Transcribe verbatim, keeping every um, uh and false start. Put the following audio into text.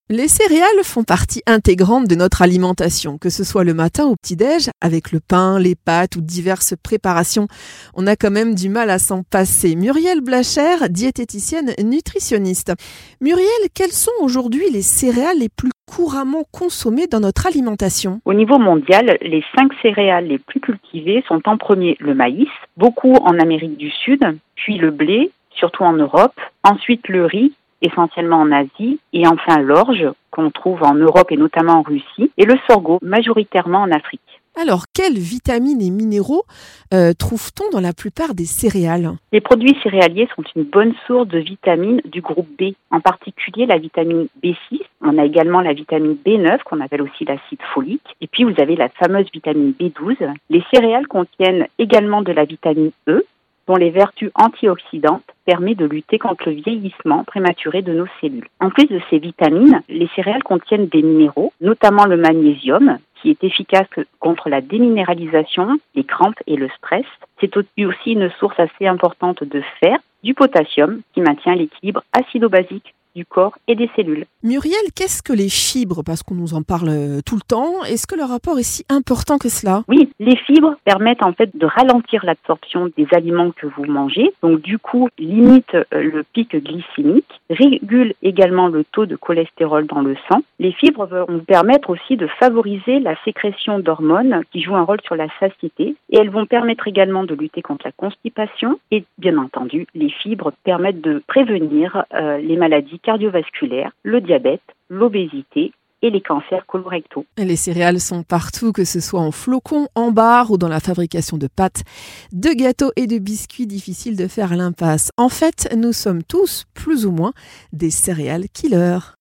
Les céréales font partie intégrante de notre alimentation, que ce soit le matin ou au petit-déj, avec le pain, les pâtes ou diverses préparations. On a quand même du mal à s'en passer. Muriel Blacher, diététicienne nutritionniste. Muriel, quelles sont aujourd'hui les céréales les plus couramment consommées dans notre alimentation? Au niveau mondial, les cinq céréales les plus cultivées sont en premier le maïs, beaucoup en Amérique du Sud, puis le blé, surtout en Europe, ensuite le riz, essentiellement en Asie, et enfin l'orge, qu'on trouve en Europe et notamment en Russie, et le sorgho, majoritairement en Afrique. Alors, quelles vitamines et minéraux euh, trouve-t-on dans la plupart des céréales? Les produits céréaliers sont une bonne source de vitamines du groupe B, en particulier la vitamine B six. On a également la vitamine B neuf, qu'on appelle aussi l'acide folique. Et puis, vous avez la fameuse vitamine B douze. Les céréales contiennent également de la vitamine E, dont les vertus antioxydantes permettent de lutter contre le vieillissement prématuré de nos cellules. En plus de ces vitamines, les céréales contiennent des minéraux, notamment le magnésium, qui est efficace contre la déminéralisation, les crampes et le stress. C'est aussi une source assez importante de fer, du potassium, qui maintient l'équilibre acido-basique du corps et des cellules. Muriel, qu'est-ce que les fibres? Parce qu'on nous en parle tout le temps. Est-ce que le rapport est si important que cela? Oui, les fibres permettent en fait de ralentir l'absorption des aliments que vous mangez. Donc du coup, limite le pic glycémique, régule également le taux de cholestérol dans le sang. Les fibres vont permettre aussi de favoriser la sécrétion d'hormones qui jouent un rôle sur la satiété. Et elles vont permettre également de lutter contre la constipation. Et bien entendu, les fibres permettent de prévenir euh, les maladies cardiovasculaires, le diabète, l'obésité et les cancers colorectaux. Les céréales sont partout, que ce soit en flocons, en barres ou dans la fabrication de pâtes, de gâteaux et de biscuits. Difficile de faire l'impasse. En fait, nous sommes tous plus ou moins des céréales killers.